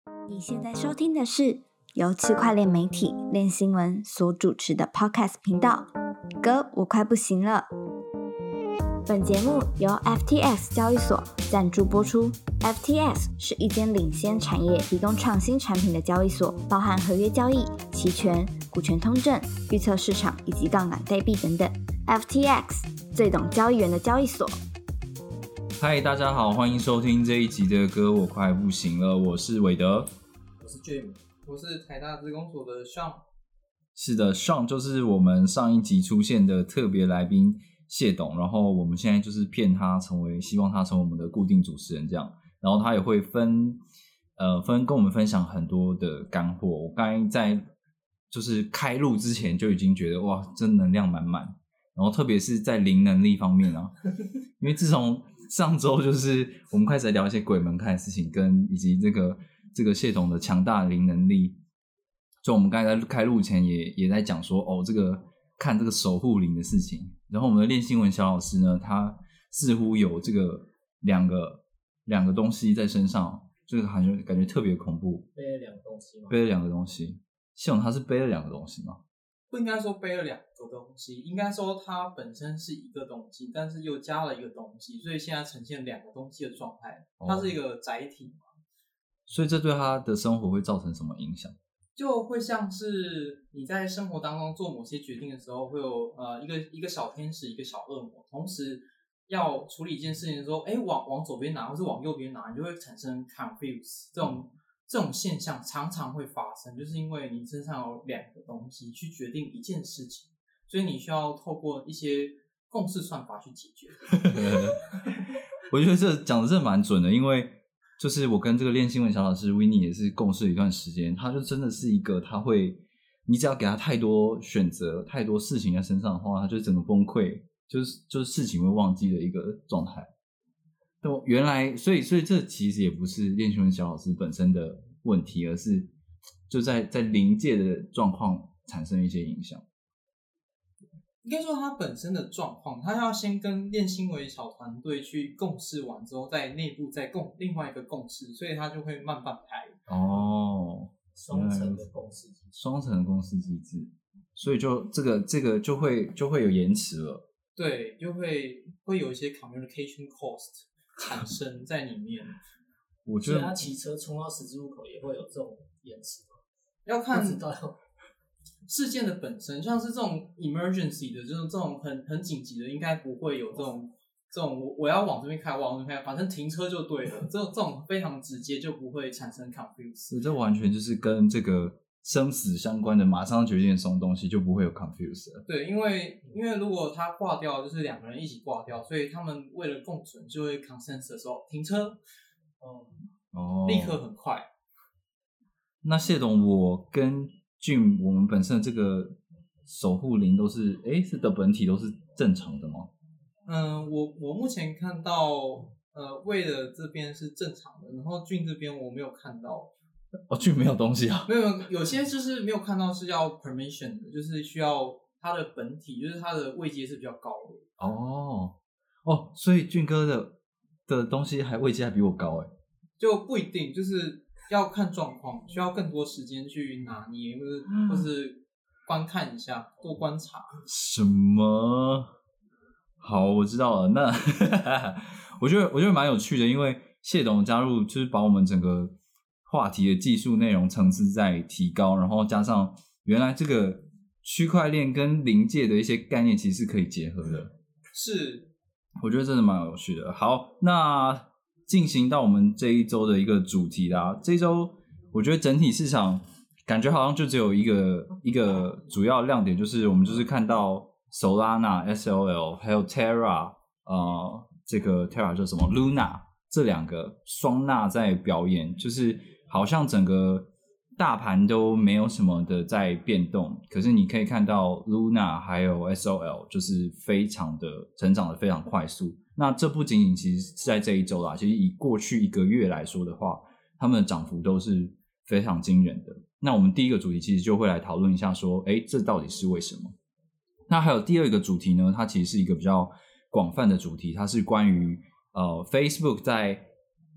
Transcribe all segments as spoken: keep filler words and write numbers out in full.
你现在收听的是由区块链媒体链新闻所主持的 Podcast 频道。哥，我快不行了。本节目由 F T X 交易所赞助播出。F T X 是一间领先产业提供创新产品的交易所，包含合约交易、期权、股权通证、预测市场以及杠杆代币等等。F T X 最懂交易员的交易所。 嗨，大家好，欢迎收听这一集的歌我快不行了，我是韦德， 我是 Jim， 我是台大资工所的 Sean。 是的 Sean 就是我们上一集出现的特别来宾谢董，然后我们现在就是骗他成为，希望他成为我们的固定主持人这样，然后他也会分呃分跟我们分享很多的干货。我刚才在就是开录之前就已经觉得哇，真能量满满，然后特别是在零能力方面啊，因为自从上周就是我们开始聊一些鬼门开的事情，跟以及这个这个谢董的强大的灵能力，就我们刚才在开录前也也在讲说哦，这个看这个守护灵的事情。然后我们的练新闻小老师呢，他似乎有这个两个两个东西在身上，这个感觉感觉特别恐怖。 背了两个东西吗？ 背了两个东西。谢董他是背了两个东西吗？ 不应该说背了两个东西，应该说它本身是一个东西，但是又加了一个东西，所以现在呈现两个东西的状态。它是一个载体嘛、哦， 所以这对他的生活会造成什么影响？ 就会像是你在生活当中做某些决定的时候，会有呃一个一个小天使，一个小恶魔，同时要处理一件事情的时候，哎，往往左边拿或是往右边拿，你就会产生 confuse 这种。嗯这种现象常常会发生，就是因为你身上有两个东西去决定一件事情，所以你需要透过一些共识算法去解决。 我觉得这讲的真的蛮准的，因为就是我跟这个练新闻小老师 Winnie 也是共事了一段时间，他就真的是一个他会，你只要给他太多选择、太多事情在身上的话，他就整个崩溃，就是就是事情会忘记的一个状态。就原来，所以所以这其实也不是练新闻小老师本身的问题，而是就在在临界的状况产生一些影响。 应该说他本身的状况，他要先跟练新闻小团队去共事完之后，在内部再共另外一个共识，所以他就会慢半拍。 哦， 双层的共识机制， 双层的共识机制，所以就这个这个就会就会有延迟了。 对，就会会有一些 communication cost。产生在里面， 我觉得所以他骑车冲到十字路口也会有这种延迟吗？ 要看知道事件的本身，像是这种 emergency 的，就是这种很很紧急的，应该不会有这种这种我我要往这边开，我往这边开，反正停车就对了。这种这种非常直接，就不会产生 confuse。 这完全就是跟这个生死相关的，马上决定什么东西就不会有 confuse 了。 对，因为因为如果他挂掉，就是两个人一起挂掉，所以他们为了共存，就会 consensus 的时候停车，嗯， 哦， 立刻很快。 那谢董，我跟Jim 我们本身的这个守护灵都是，诶，是的本体都是正常的吗？ 嗯，我我目前看到，呃，魏的这边是正常的，然后俊这边我没有看到。 哦，就没有东西啊？ 没有，有些就是没有看到是要 permission 的，就是需要它的本体，就是它的位阶是比较高的。 哦哦，所以俊哥的的东西还位阶还比我高哎？ 就不一定，就是要看状况，需要更多时间去拿捏，或是、嗯、或是观看一下，多观察。 什么？好，我知道了。那我觉得我觉得蛮有趣的，因为谢董加入就是把我们整个话题的技术内容层次在提高，然后加上原来这个区块链跟临界的一些概念其实是可以结合的， 是， 我觉得真的蛮有趣的。好，那进行到我们这一周的一个主题啦。这一周我觉得整体市场感觉好像就只有一个一个主要亮点，就是我们就是看到 Solana、S O L 还有 Terra， 呃，这个 Terra 叫什么 Luna 这两个双纳在表演，就是好像整个大盘都没有什么的在变动，可是你可以看到 Luna 还有 S O L 就是非常的成长的非常快速。那这不仅仅其实是在这一周啦，其实以过去一个月来说的话，他们的涨幅都是非常惊人的。那我们第一个主题其实就会来讨论一下说，诶，这到底是为什么？那还有第二个主题呢，它其实是一个比较广泛的主题，它是关于呃 Facebook 在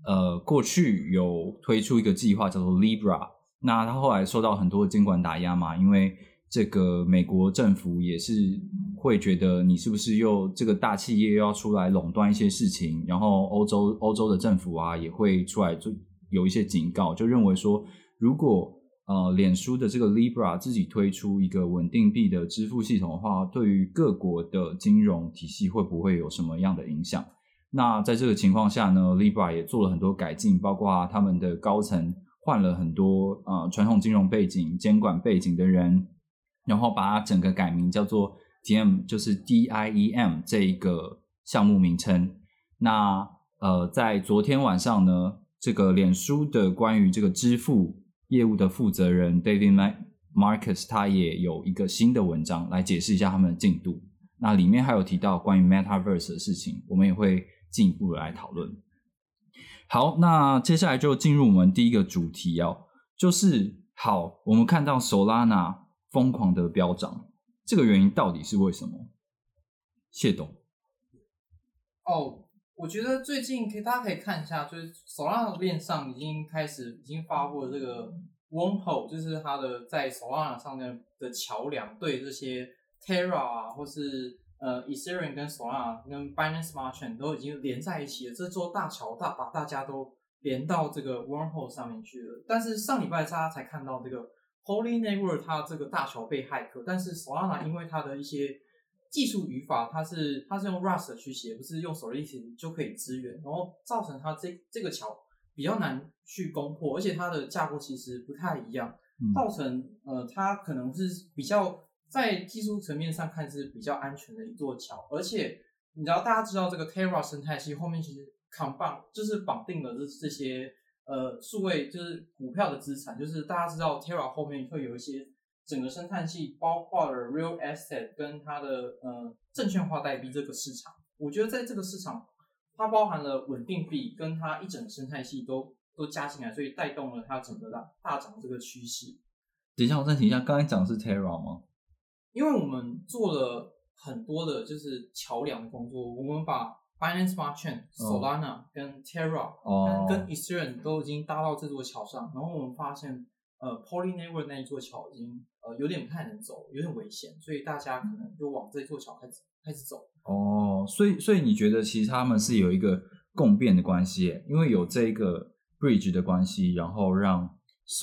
呃过去有推出一个计划叫做 Libra， 那它后来受到很多监管打压嘛，因为这个美国政府也是会觉得你是不是又这个大企业又要出来垄断一些事情，然后欧洲欧洲的政府啊也会出来就有一些警告，就认为说如果呃脸书的这个 Libra 自己推出一个稳定币的支付系统的话，对于各国的金融体系会不会有什么样的影响？那在这个情况下呢 Libra 也做了很多改进，包括他们的高层换了很多呃传统金融背景监管背景的人，然后把它整个改名叫做 D M， 就是 D I E M 这一个项目名称。那呃，在昨天晚上呢，这个脸书的关于这个支付业务的负责人 David Marcus 他也有一个新的文章来解释一下他们的进度。那里面还有提到关于 Metaverse 的事情，我们也会进一步来讨论。好，那接下来就进入我们第一个主题哦，就是好，我们看到 Solana 疯狂的飙涨，这个原因到底是为什么？谢董。 哦，我觉得最近可以大家可以看一下，就是 Solana 链上已经开始已经发布了这个 Wormhole， 就是它的在 Solana 上面的桥梁，对这些 Terra 啊，或是呃 Ethereum 跟 Solana 跟 Binance Smart Chain 都已经连在一起了，这座大桥大把大家都连到这个 Wormhole 上面去了。但是上礼拜大家才看到这个 Holy Network 它这个大桥被骇客，但是 Solana 因为它的一些技术语法，它是它是用 Rust 去写，不是用 Solidity 就可以支援，然后造成它这这个桥比较难去攻破，而且它的架构其实不太一样，造成呃它可能是比较在技术层面上看是比较安全的一座桥。而且你知道大家知道这个 Terra 生态系后面其实 combine 就是绑定了这这些呃数位就是股票的资产，就是大家知道 Terra 后面会有一些整个生态系包括了 real asset 跟它的呃证券化代币这个市场。我觉得在这个市场它包含了稳定币跟它一整个生态系都都加进来，所以带动了它整个大大涨这个趋势。 等一下我暂停一下，刚才讲的是 Terra 吗？ 因为我们做了很多的就是桥梁的工作，我们把 Binance Smart Chain、Solana、哦、跟 Terra、哦、跟 Ethereum 都已经搭到这座桥上，然后我们发现呃 Poly Network 那一座桥已经呃有点不太能走，有点危险，所以大家可能就往这座桥开始开始走。 哦，所以所以你觉得其实他们是有一个共变的关系，因为有这个 bridge 的关系，然后让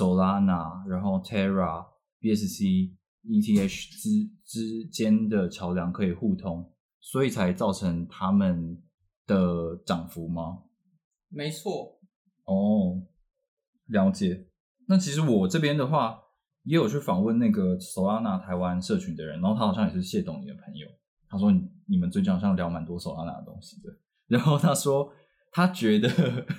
Solana 然后 Terra B S C、E T H 之之间的桥梁可以互通，所以才造成他们的涨幅吗？ 没错。 哦，了解。那其实我这边的话也有去访问那个 Solana 台湾社群的人，然后他好像也是谢董你的朋友，他说 你, 你们最近好像聊蛮多 Solana 的东西的，然后他说他觉得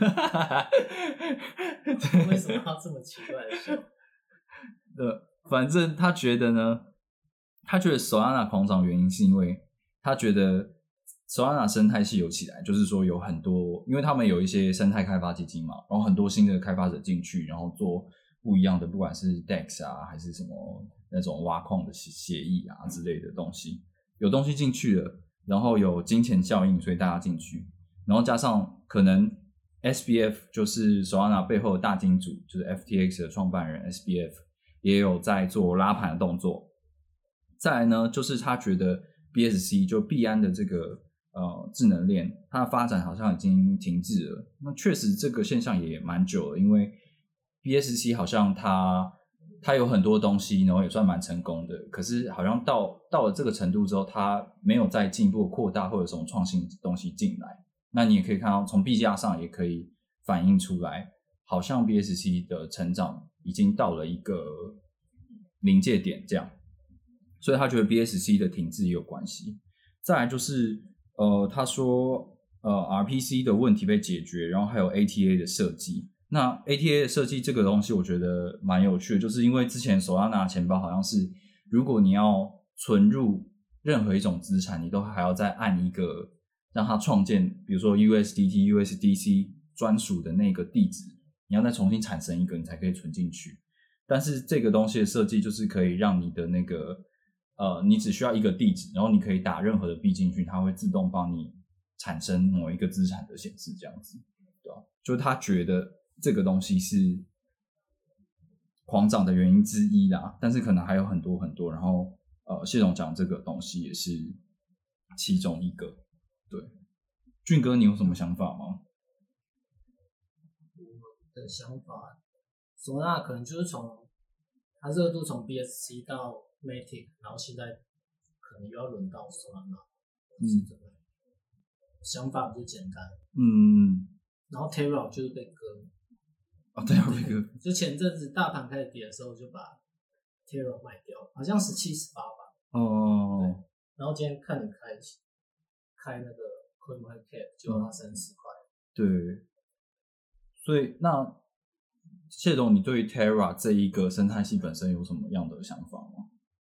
为什么要这么奇怪的笑？ 呃，反正他觉得呢，他觉得 Solana 狂涨原因是因为他觉得 Solana 生态系有起来，就是说有很多，因为他们有一些生态开发基金嘛，然后很多新的开发者进去，然后做不一样的，不管是 D E X 啊，还是什么那种挖矿的协议啊之类的东西，有东西进去了，然后有金钱效应，所以大家进去，然后加上可能 S B F 就是 Solana 背后的大金主，就是 F T X 的创办人 S B F 也有在做拉盘的动作。再来呢，就是他觉得 B S C 就币安的这个呃智能链，它的发展好像已经停滞了。那确实这个现象也蛮久了，因为 B S C 好像它它有很多东西，然后也算蛮成功的，可是好像到到了这个程度之后，它没有再进一步扩大或者什么创新的东西进来。那你也可以看到，从币价上也可以反映出来，好像 B S C 的成长已经到了一个临界点这样。所以他觉得 B S C 的停滞也有关系。再来就是呃，他说呃 R P C 的问题被解决，然后还有 A T A 的设计。那 A T A 的设计这个东西我觉得蛮有趣的，就是因为之前Solana钱包好像是如果你要存入任何一种资产，你都还要再按一个让它创建比如说 U S D T、U S D C 专属的那个地址，你要再重新产生一个你才可以存进去。但是这个东西的设计就是可以让你的那个呃，你只需要一个地址，然后你可以打任何的币进去，它会自动帮你产生某一个资产的显示这样子。 对吧、啊？就是他觉得这个东西是狂涨的原因之一啦，但是可能还有很多很多，然后呃，谢总讲这个东西也是其中一个。对，俊哥，你有什么想法吗？ 我的想法，索纳可能就是从它热度从 B S C 到 Matic， 然后现在可能又要轮到索纳，嗯，想法比较简单， 嗯， 然后 Terra 就是被割， 啊，对啊，被割， 就前阵子大盘开始跌的时候就把 Terra 卖掉，好像十七十八吧， 哦， 然后今天看你开开那个 CoinMarketCap 就要三十块， 对，所以那谢总，你对于 Terra 这一个生态系本身有什么样的想法吗？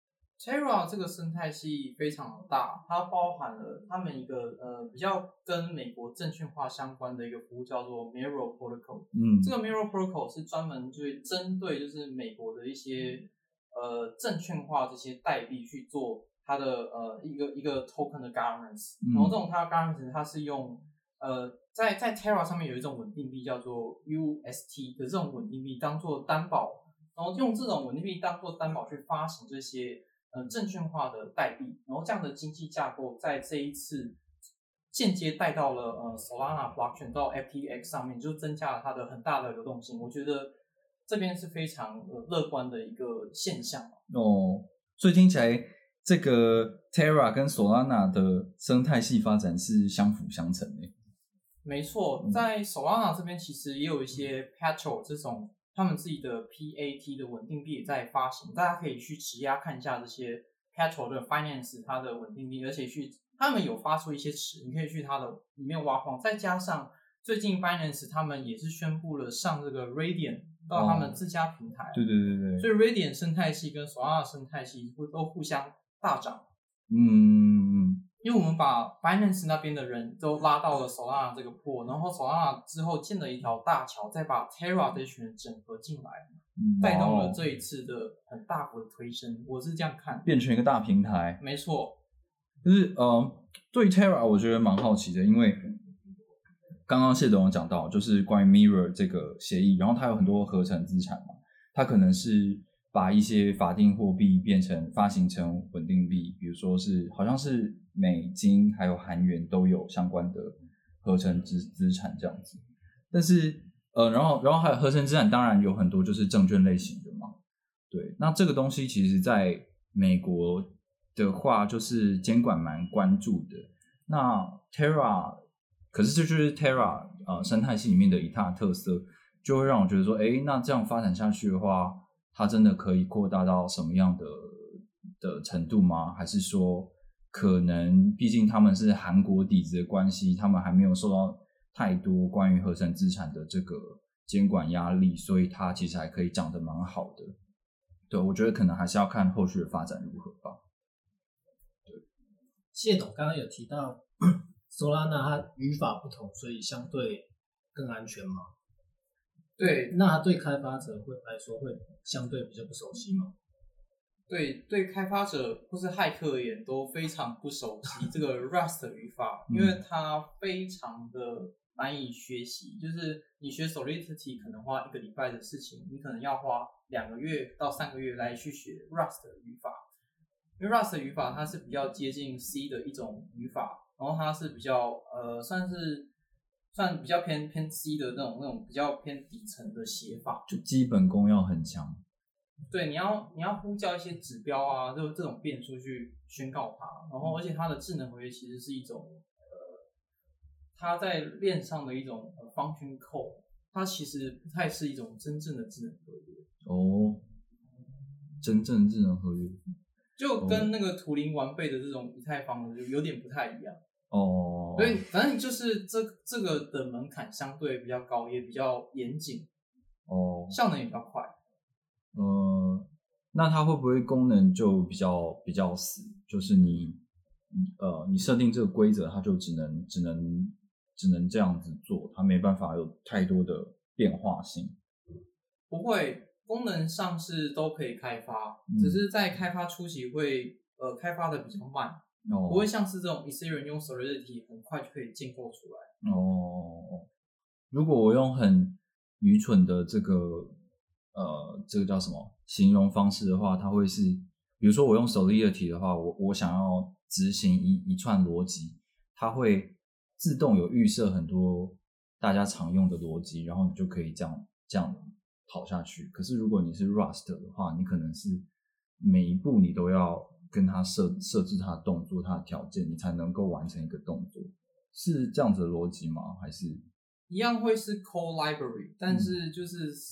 Terra 这个生态系非常的大，它包含了他们一个呃比较跟美国证券化相关的一个服务，叫做 Mirror Protocol。 嗯， 这个 Mirror Protocol 是专门就是针对就是美国的一些呃证券化这些代币去做它的呃一个一个 token 的 governance，、嗯、然后这种它的 governance 它是用呃在在 Terra 上面有一种稳定币叫做 U S T 的这种稳定币当做担保，然后用这种稳定币当做担保去发行这些呃证券化的代币，然后这样的经济架构在这一次间接带到了呃 Solana blockchain 到 F T X 上面，就增加了它的很大的流动性。我觉得这边是非常呃乐观的一个现象哦。所以听起来这个 Terra 跟 Solana 的生态系发展是相辅相成的。 没错，在 Solana 这边其实也有一些 Petrol 这种他们自己的 P A T 的稳定币也在发行，大家可以去质押看一下这些 Petrol 的 Finance 它的稳定币，而且去他们有发出一些池，你可以去它的里面挖矿。再加上最近 Binance 他们也是宣布了上这个 Radiant 到他们自家平台， 哦、对对对对， 所以 Radiant 生态系跟 Solana 生态系都互相大涨。 嗯， 因为我们把 Binance 那边的人都拉到了 Solana 这个波，然后 Solana 之后建了一条大桥，再把 Terra 这群人整合进来，带动了这一次的很大幅的推升。我是这样看， 变成一个大平台。 没错， 就是呃，对 Terra 我觉得蛮好奇的，因为刚刚谢董有讲到，就是关于 Mirror 这个协议，然后它有很多合成资产嘛，它可能是把一些法定货币变成发行成稳定币，比如说是好像是美金还有韩元都有相关的合成资资产这样子。但是呃，然后然后还有合成资产，当然有很多就是证券类型的嘛。对，那这个东西其实在美国的话，就是监管蛮关注的。那 Terra， 可是这就是 Terra 呃生态系里面的一大特色，就会让我觉得说，哎，那这样发展下去的话，它真的可以扩大到什么样的的程度吗？还是说可能毕竟他们是韩国底子的关系，他们还没有受到太多关于合成资产的这个监管压力，所以它其实还可以长得蛮好的。对，我觉得可能还是要看后续的发展如何吧。对， 谢董刚刚有提到 Solana 它语法不同，所以相对更安全吗？ 对， 那对开发者会来说会相对比较不熟悉吗？ 对，对开发者或是骇客而言都非常不熟悉这个 Rust 的语法，因为它非常的难以学习。就是你学 Solidity 可能花一个礼拜的事情，你可能要花两个月到三个月来去学 Rust 的语法。因为 Rust 的语法它是比较接近 C 的一种语法，然后它是比较呃算是算比较偏偏 C 的那种那种比较偏底层的写法， 就基本功要很强。 对，你要你要呼叫一些指标啊，就这种变数去宣告它，然后而且它的智能合约其实是一种呃，它在链上的一种呃 function code， 它其实不太是一种真正的智能合约。 哦，真正智能合约就跟那个图灵完备的这种以太坊的就有点不太一样。 哦， 所以反正就是这这个的门槛相对比较高，也比较严谨， 哦， 效能也比较快。 呃，那它会不会功能就比较比较死？就是你呃，你设定这个规则，它就只能只能只能这样子做，它没办法有太多的变化性。 不会，功能上是都可以开发， 嗯、 只是在开发初期会呃开发的比较慢， 哦、 不会像是这种 Ethereum 用 Solidity 很快就可以建构出来。 哦， 如果我用很愚蠢的这个呃这个叫什么形容方式的话，它会是，比如说我用 Solidity 的话，我我想要执行一一串逻辑，它会自动有预设很多大家常用的逻辑，然后你就可以这样这样跑下去。可是如果你是 Rust 的话，你可能是每一步你都要跟它设设置它的动作、它的条件，你才能够完成一个动作，是这样子的逻辑吗？还是一样会是 Core Library， 但是就是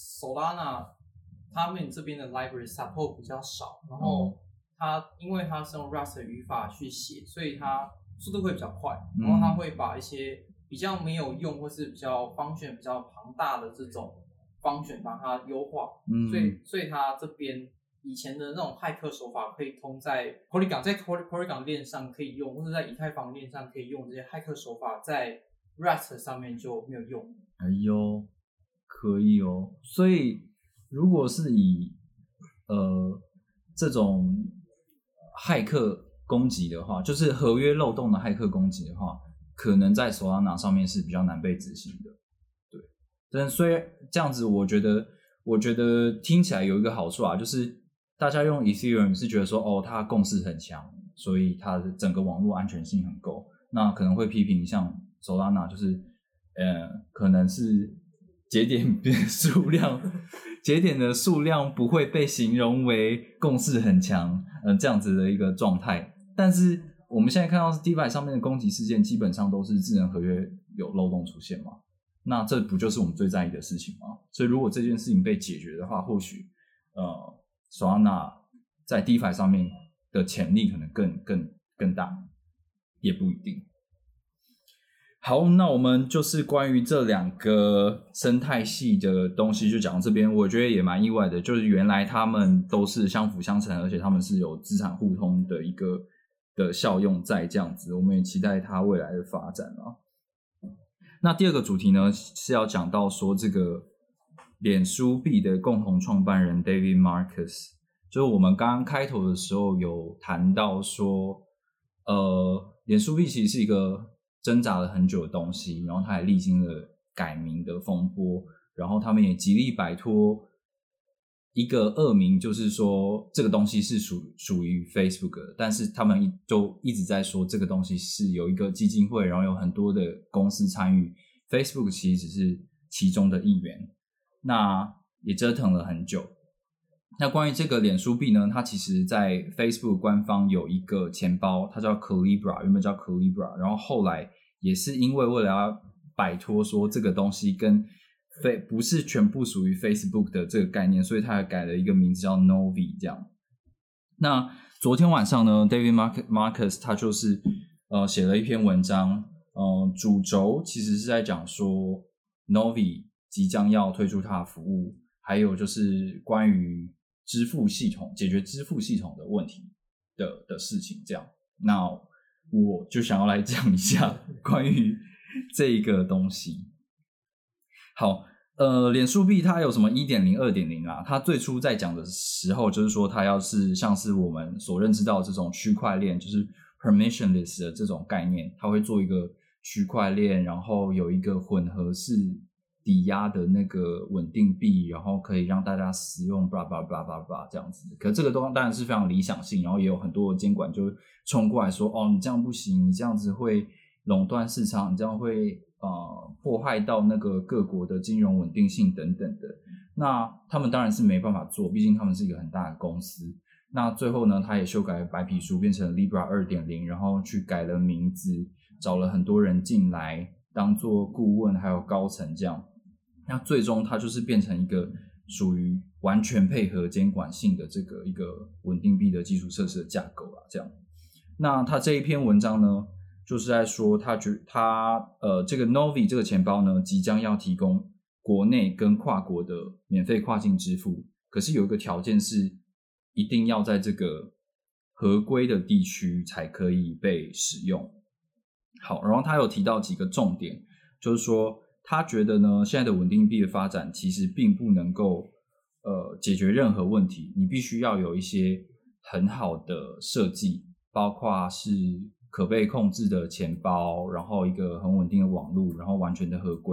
Solana 他们这边的 Library support 比较少，然后它因为它是用 Rust 的语法去写，所以它速度会比较快，然后它会把一些比较没有用或是比较function比较庞大的这种function把它优化，嗯，所以所以它这边以前的那种骇客手法可以通在 Polygon 在 Polygon 链上可以用，或者在以太坊链上可以用，这些骇客手法在 Rust 上面就没有用。 哎呦，可以哦。所以如果是以呃这种骇客攻击的话，就是合约漏洞的骇客攻击的话，可能在 Solana 上面是比较难被执行的。对，但虽然这样子，我觉得我觉得听起来有一个好处啊，就是大家用 Ethereum 是觉得说，哦，它共识很强，所以它的整个网络安全性很够。那可能会批评像 Solana 就是呃可能是节点数量节点的数量不会被形容为共识很强呃这样子的一个状态。但是我们现在看到 DeFi 上面的攻击事件基本上都是智能合约有漏洞出现嘛，那这不就是我们最在意的事情吗？所以如果这件事情被解决的话，或许呃 Solana 在 DeFi 上面的潜力可能更更更大，也不一定。好，那我们就是关于这两个生态系的东西就讲到这边，我觉得也蛮意外的，就是原来他们都是相辅相成，而且他们是有资产互通的一个的效用在这样子，我们也期待它未来的发展啊。那第二个主题呢，是要讲到说这个脸书币的共同创办人 David Marcus， 就是我们刚刚开头的时候有谈到说，呃，脸书币其实是一个挣扎了很久的东西，然后它也历经了改名的风波，然后他们也极力摆脱一个恶名，就是说这个东西是属属于 Facebook 的，但是他们就一直在说这个东西是有一个基金会，然后有很多的公司参与， Facebook 其实只是其中的一员，那也折腾了很久。那关于这个脸书币呢，它其实在 Facebook 官方有一个钱包，它叫 Calibra， 原本叫 Calibra， 然后后来也是因为为了要摆脱说这个东西跟不是全部属于 Facebook 的这个概念，所以他还改了一个名字叫 Novi 这样。那昨天晚上呢 David Marcus 他就是呃写了一篇文章，呃主轴其实是在讲说 Novi 即将要推出它的服务，还有就是关于支付系统解决支付系统的问题的的事情这样。那我就想要来讲一下关于这个东西。好，呃，脸书币它有什么 一点零 二点零 啊？它最初在讲的时候就是说它要是像是我们所认知到的这种区块链，就是 permissionless 的这种概念，它会做一个区块链，然后有一个混合式抵押的那个稳定币，然后可以让大家使用 blah blah blah blah blah 这样子。可这个东西当然是非常理想性，然后也有很多的监管就冲过来说，哦，你这样不行，你这样子会垄断市场，你这样会呃迫害到那个各国的金融稳定性等等的。那他们当然是没办法做，毕竟他们是一个很大的公司。那最后呢，他也修改了白皮书，变成 Libra 二点零， 然后去改了名字，找了很多人进来当做顾问还有高层这样。那最终它就是变成一个属于完全配合监管性的这个一个稳定币的基础设施的架构啦，这样。那他这一篇文章呢，就是在说他觉他呃这个 Novi 这个钱包呢，即将要提供国内跟跨国的免费跨境支付，可是有一个条件是一定要在这个合规的地区才可以被使用。好，然后他有提到几个重点，就是说他觉得呢，现在的稳定币的发展其实并不能够呃解决任何问题，你必须要有一些很好的设计，包括是可被控制的钱包，然后一个很稳定的网络，然后完全的合规，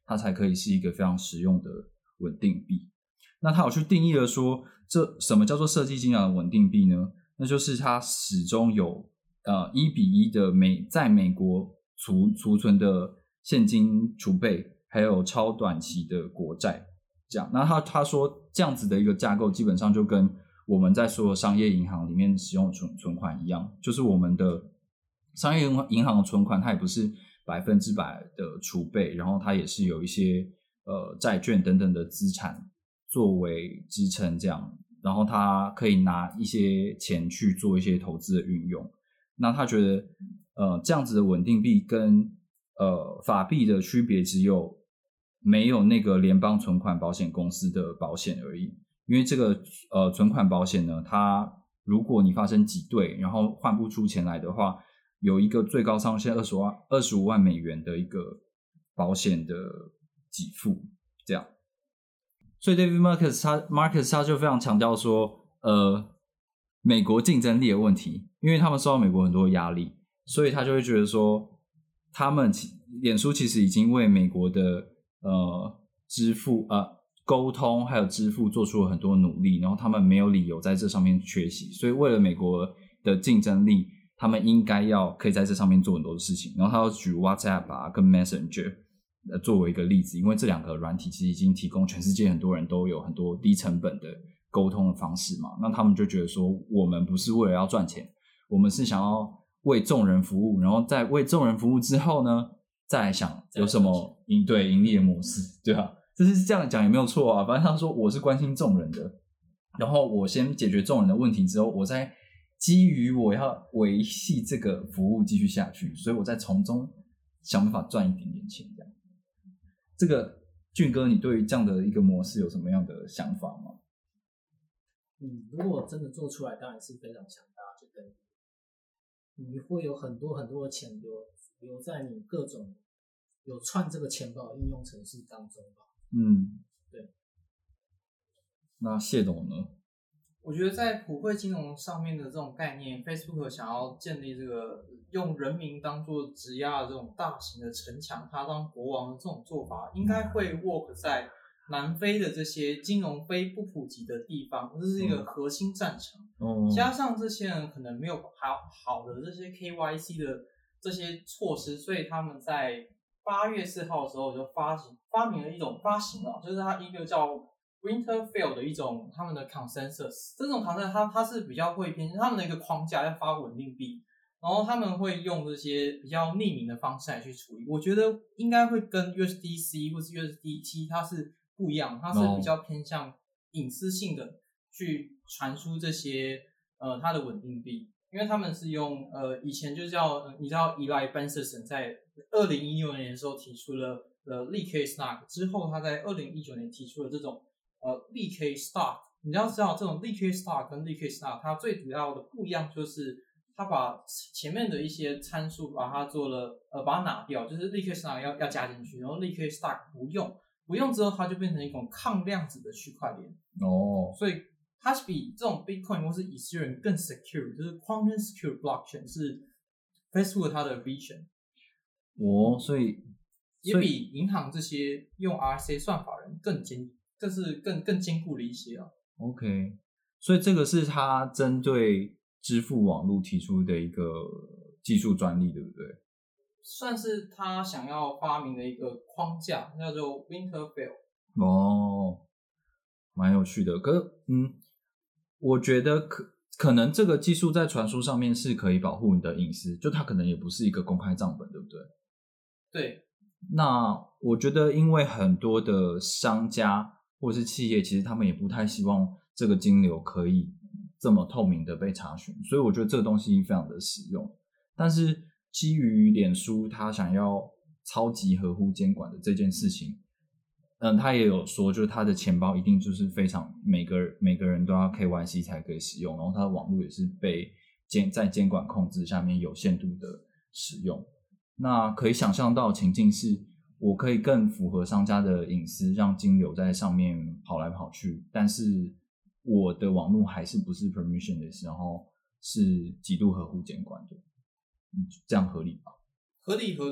它才可以是一个非常实用的稳定币。那它有去定义了说，这什么叫做设计精良的稳定币呢？那就是它始终有呃一比一的美在美国储储存的现金储备，还有超短期的国债，这样。那他他说这样子的一个架构，基本上就跟我们在所有商业银行里面使用存存款一样，就是我们的商业银行的存款，它也不是百分之百的储备，然后它也是有一些呃债券等等的资产作为支撑，这样，然后他可以拿一些钱去做一些投资的运用。那他觉得呃这样子的稳定币跟呃法币的区别只有没有那个联邦存款保险公司的保险而已。因为这个呃存款保险呢，它如果你发生挤兑，然后换不出钱来的话，有一个最高上限二十万二十五万美元的一个保险的给付，这样。所以 David Marcus 他 Marcus 他就非常强调说，呃，美国竞争力的问题，因为他们受到美国很多压力，所以他就会觉得说，他们脸书其实已经为美国的呃支付呃。沟通还有支付做出了很多努力，然后他们没有理由在这上面缺席，所以为了美国的竞争力，他们应该要可以在这上面做很多的事情。然后他要举 WhatsApp 啊跟 Messenger 呃作为一个例子，因为这两个软体其实已经提供全世界很多人都有很多低成本的沟通的方式嘛，那他们就觉得说，我们不是为了要赚钱，我们是想要为众人服务，然后在为众人服务之后呢，再来想有什么盈对盈利的模式，对吧？就是这样讲也没有错啊，反正他说我是关心众人的，然后我先解决众人的问题之后，我再基于我要维系这个服务继续下去，所以我再从中想办法赚一点点钱，这样。这个俊哥，你对于这样的一个模式有什么样的想法吗？ 嗯，如果真的做出来，当然是非常强大，就等于你会有很多很多的钱留留在你各种有串这个钱包应用程式当中吧。 嗯， 对。 那谢董呢？ 我觉得在普惠金融上面的这种概念 ，Facebook 想要建立这个用人民当做质押的这种大型的城墙，它当国王的这种做法，应该会 work 在南非的这些金融非不普及的地方，这是一个核心战场。 哦、 加上这些人可能没有好好的这些 K Y C 的这些措施，所以他们在八月四号的时候就发行发明了一种发行了，就是它一个叫 Winterfell 的一种他们的 consensus， 这种 consensus 它它是比较会偏他们的一个框架要发稳定币，然后他们会用这些比较匿名的方式来去处理。我觉得应该会跟 U S D C 或是 U S D T 它是不一样，它是比较偏向隐私性的去传输这些呃它的稳定币。因为他们是用呃以前就叫、呃、你知道 Eli Benson 在二零一六年的时候提出了呃 Liquid Stock， 之后他在二零一九年提出了这种呃 Liquid Stock。你要知道这种 Liquid Stock 跟 Liquid Stock 它最主要的不一样就是它把前面的一些参数把它做了呃把它拿掉，就是 Liquid Stock 要要加进去，然后 Liquid Stock 不用不用之后它就变成一种抗量子的区块链哦， 所以它是比这种 Bitcoin 或是 Ethereum 更 secure， 就是 quantum secure blockchain 是 Facebook 它的 vision。 哦，所以也比银行这些用 R S A 算法人更坚，这是更更坚固的一些啊。 OK， 所以这个是他针对支付网络提出的一个技术专利，对不对？ 算是他想要发明的一个框架，叫做 Winterfell。 哦，蛮有趣的。可是，嗯。我觉得可可能这个技术在传输上面是可以保护你的隐私，就它可能也不是一个公开账本，对不对？ 对。 那我觉得，因为很多的商家或是企业，其实他们也不太希望这个金流可以这么透明的被查询，所以我觉得这个东西非常的实用。但是基于脸书他想要超级合乎监管的这件事情。嗯，他也有说，就是他的钱包一定就是非常每个每个人都要 K Y C 才可以使用，然后他的网络也是被监在监管控制下面有限度的使用。那可以想象到情境是，我可以更符合商家的隐私，让金流在上面跑来跑去，但是我的网络还是不是 permissionless， 然后是极度合乎监管的，嗯，这样合理吧？ 合理合理。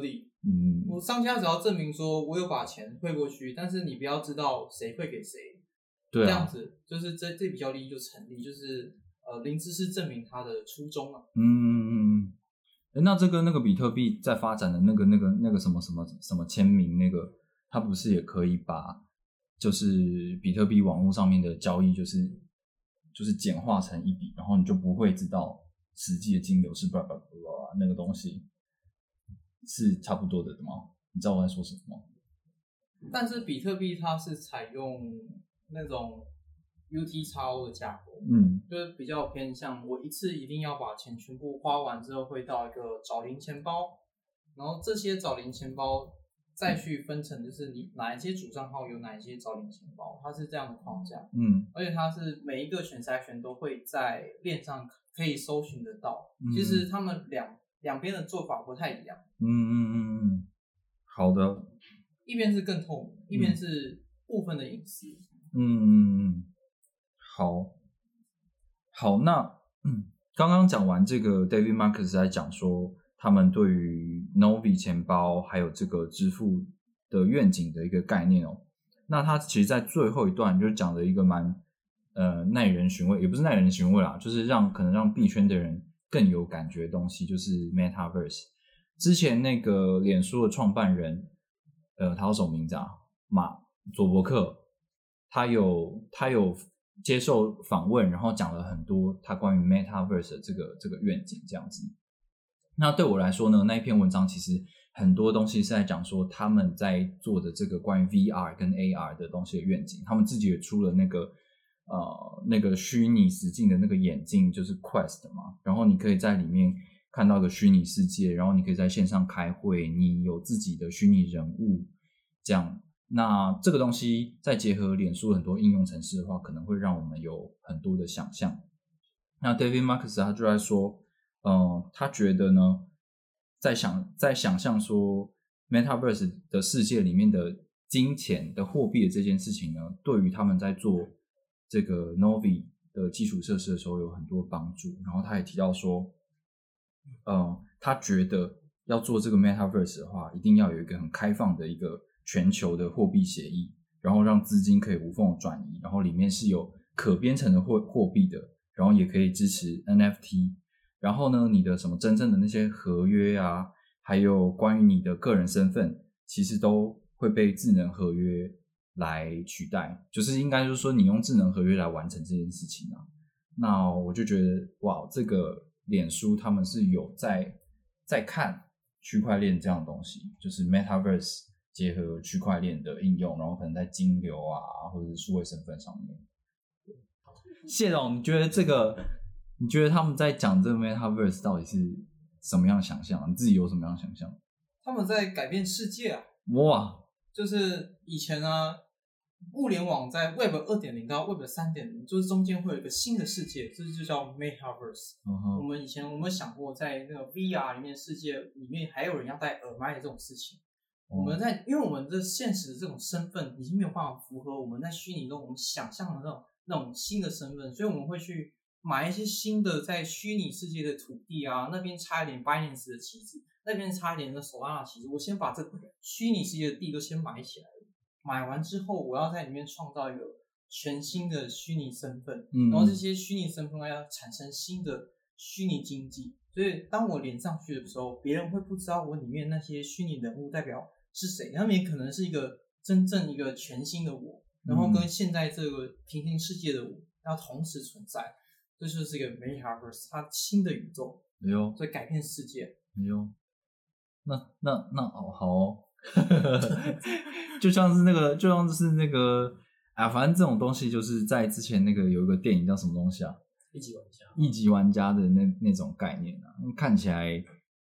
嗯， 我商家只要证明说我有把钱汇过去，但是你不要知道谁汇给谁， 对啊， 这样子就是这这笔交易就成立，就是呃零知识证明它的初衷啊。 嗯嗯嗯。那这个那个比特币在发展的那个那个那个什么什么什么签名那个，它不是也可以把就是比特币网络上面的交易就是就是简化成一笔，然后你就不会知道实际的金流是 blah blah blah 那个东西是差不多的吗？你知道我在说什么吗？ 但是比特币它是采用那种 U T X O 的架构， 嗯， 就是比较偏向我一次一定要把钱全部花完之后会到一个找零钱包，然后这些找零钱包再去分成就是你哪一些主账号有哪一些找零钱包，它是这样的框架， 嗯， 而且它是每一个transaction都会在链上可以搜寻得到， 嗯、 其实他们两两边的做法不太一样， 嗯嗯嗯嗯，好的， 一边是更透明，一边是部分的隐私， 嗯嗯嗯。好，好，那嗯，刚刚讲完这个 David Marcus 在讲说他们对于 Novi 钱包还有这个支付的愿景的一个概念哦。那他其实在最后一段就讲了一个蛮呃耐人寻味，也不是耐人寻味啦，就是让可能让币圈的人更有感觉的东西，就是 Metaverse。之前那个脸书的创办人，呃，他叫什么名字啊？马佐伯克，他有他有。接受访问，然后讲了很多他关于 Metaverse 的这个这个愿景这样子。那对我来说呢，那一篇文章其实很多东西是在讲说他们在做的这个关于 V R 跟 A R 的东西的愿景。他们自己也出了那个呃那个虚拟实境的那个眼镜，就是 Quest 嘛。然后你可以在里面看到一个虚拟世界，然后你可以在线上开会，你有自己的虚拟人物这样。那这个东西再结合脸书很多应用程式的话，可能会让我们有很多的想象。那 David Marcus 他就在说，呃，他觉得呢，在想在想象说 Metaverse 的世界里面的金钱的货币的这件事情呢，对于他们在做这个 Novi 的基础设施的时候有很多帮助。然后他也提到说，呃，他觉得要做这个 Metaverse 的话，一定要有一个很开放的一个全球的货币协议，然后让资金可以无缝的转移，然后里面是有可编程的货货币的，然后也可以支持 N F T， 然后呢，你的什么真正的那些合约啊，还有关于你的个人身份，其实都会被智能合约来取代，就是应该就是说你用智能合约来完成这件事情啊。那我就觉得哇，这个脸书他们是有在在看区块链这样的东西，就是 Metaverse结合区块链的应用，然后可能在金流啊，或者是数位身份上面。谢总，你觉得这个，你觉得他们在讲这个 Metaverse 到底是什么样的想象？你自己有什么样的想象？ 他们在改变世界啊！ 哇， 就是以前啊，物联网在 Web 二点零 到 Web 三点零，就是中间会有一个新的世界，这就叫 Metaverse。 Uh-huh. 我们以前我们有想过，在那个 V R 里面世界里面还有人要戴耳麦的这种事情。我们在，因为我们的现实的这种身份已经没有办法符合我们在虚拟中我们想象的那种那种新的身份，所以我们会去买一些新的在虚拟世界的土地啊，那边插一点 Binance 的旗子，那边插一点那 Solana 的旗子，我先把这个虚拟世界的地都先买起来，买完之后我要在里面创造一个全新的虚拟身份， 嗯， 然后这些虚拟身份要产生新的虚拟经济，所以当我连上去的时候，别人会不知道我里面那些虚拟人物代表是谁，他们也可能是一个真正一个全新的我，然后跟现在这个平行世界的我要同时存在，这就是一个 Metaverse， 它新的宇宙， 哎呦， 所以改变世界。 哎呦，那那那哦好哦，就像是那个，就像是那个啊，反正这种东西就是在之前那个有一个电影叫什么东西啊？ 一级玩家， 一级玩家的那那种概念啊，看起来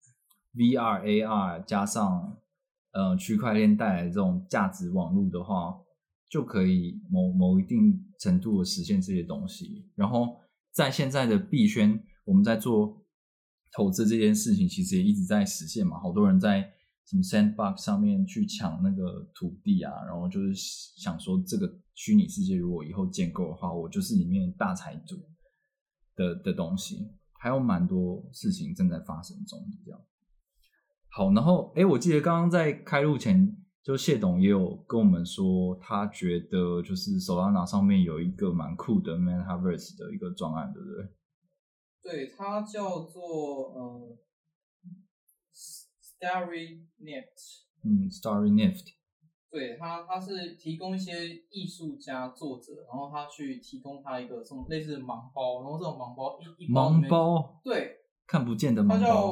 V R、A R 加上呃区块链带来这种价值网络的话，就可以某某一定程度的实现这些东西。然后在现在的币圈，我们在做投资这件事情，其实也一直在实现嘛。好多人在什么 Sandbox 上面去抢那个土地啊，然后就是想说，这个虚拟世界如果以后建构的话，我就是里面大财主的的东西。还有蛮多事情正在发生中，这样。 好，然后哎，我记得刚刚在开录前，就谢董也有跟我们说，他觉得就是 Solana 上面有一个蛮酷的 Metaverse 的一个专案，对不对？ 对，它叫做呃 Starry Nift。 嗯 ，Starry Nift。 对，它它是提供一些艺术家作者，然后他去提供他一个这种类似盲包，然后这种盲包一一包盲包， 对， 看不见的盲包， 它叫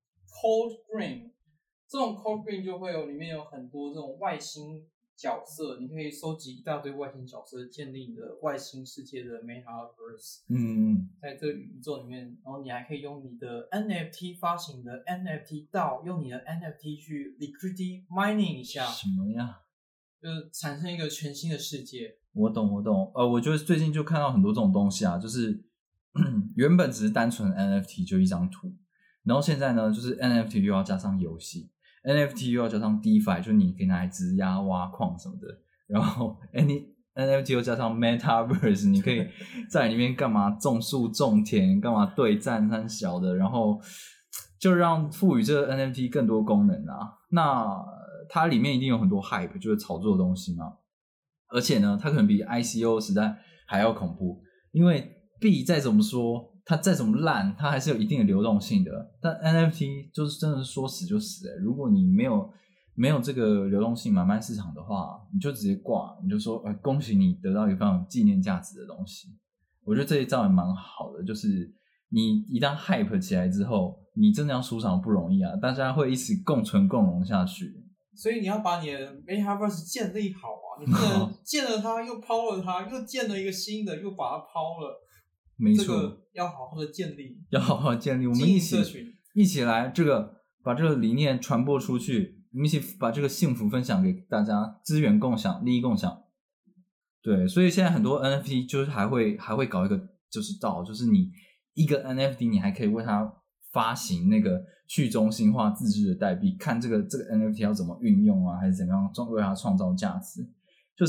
Cold Green。这种 Cold Green 就会有里面有很多这种外星角色，你可以收集一大堆外星角色，建立你的外星世界的 Metaverse。 嗯， 在这个宇宙里面，然后你还可以用你的 N F T 发行的 N F T 道，用你的 N F T 去 liquidity mining 一下， 什么呀？ 就是产生一个全新的世界。 我懂，我懂。呃，我觉得最近就看到很多这种东西啊，就是原本只是单纯 N F T 就一张图，然后现在呢，就是 N F T 又要加上游戏。N F T 又要加上 DeFi， 就是你可以拿来质押、挖矿什么的，然后 N F T 又加上 Metaverse， 你可以在里面干嘛种树、种田，干嘛对战三小的，然后就让赋予这个 N F T 更多功能啊。那它里面一定有很多 hype， 就是炒作的东西嘛。而且呢，它可能比 I C O 时代还要恐怖，因为币再怎么说。它再怎么烂，它还是有一定的流动性的。但 N F T 就是真的说死就死、欸、如果你没有没有这个流动性买卖市场的话，你就直接挂，你就说、呃、恭喜你得到一个非常有纪念价值的东西。我觉得这一招也蛮好的，就是你一旦 hype 起来之后，你真的要出场不容易啊，大家会一起共存共荣下去。 所以你要把你的 Metaverse 建立好啊，你不能建了它又抛了它，又建了一个新的又把它抛了。 没错、 这个要好好的建立， 要好好建立。我们一起一起来，这个把这个理念传播出去，我们一起把这个幸福分享给大家，资源共享，利益共享。对，所以现在很多 N F T 就是还会还会搞一个就是道，就是你一个 N F T 你还可以为它发行那个去中心化自治的代币，看这个这个 N F T 要怎么运用啊，还是怎么样为它创造价值，就是。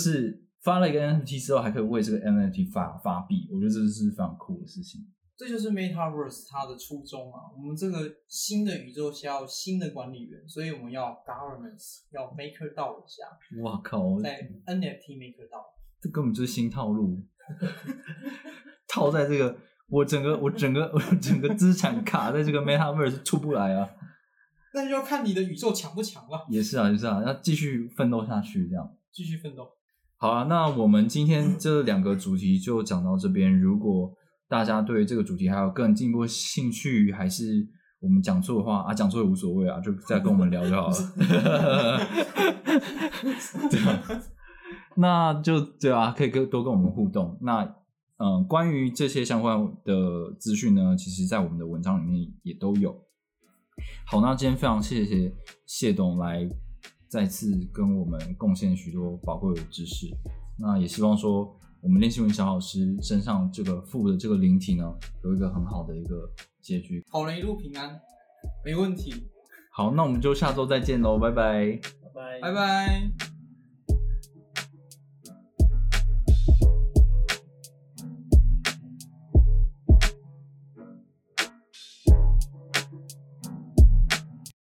发了一个 N F T 之后，还可以为这个 N F T 发发币，我觉得这是非常酷的事情。 这就是 Metaverse 它的初衷啊！我们这个新的宇宙需要新的管理员，所以我们要 governance， 要 Maker 道一下。 哇靠！ 在 N F T Maker 道， 这根本就是新套路，套在这个我整个我整个我整个资产卡在这个 Metaverse 出不来啊！ 那就要看你的宇宙强不强了。 也是啊，也是啊，要继续奋斗下去，这样继续奋斗。 好啊，那我们今天这两个主题就讲到这边。如果大家对这个主题还有更进一步的兴趣，还是我们讲错的话啊，讲错也无所谓啊，就再跟我们聊就好了。对啊，那就对啊，可以跟多跟我们互动。那嗯，关于这些相关的资讯呢，其实在我们的文章里面也都有。好，那今天非常谢谢谢董来再次跟我们贡献许多宝贵的知识，那也希望说我们练习文小老师身上这个负的这个灵体呢，有一个很好的一个结局。 好人一路平安，没问题。 好，那我们就下周再见喽，拜拜， 拜拜， 拜拜。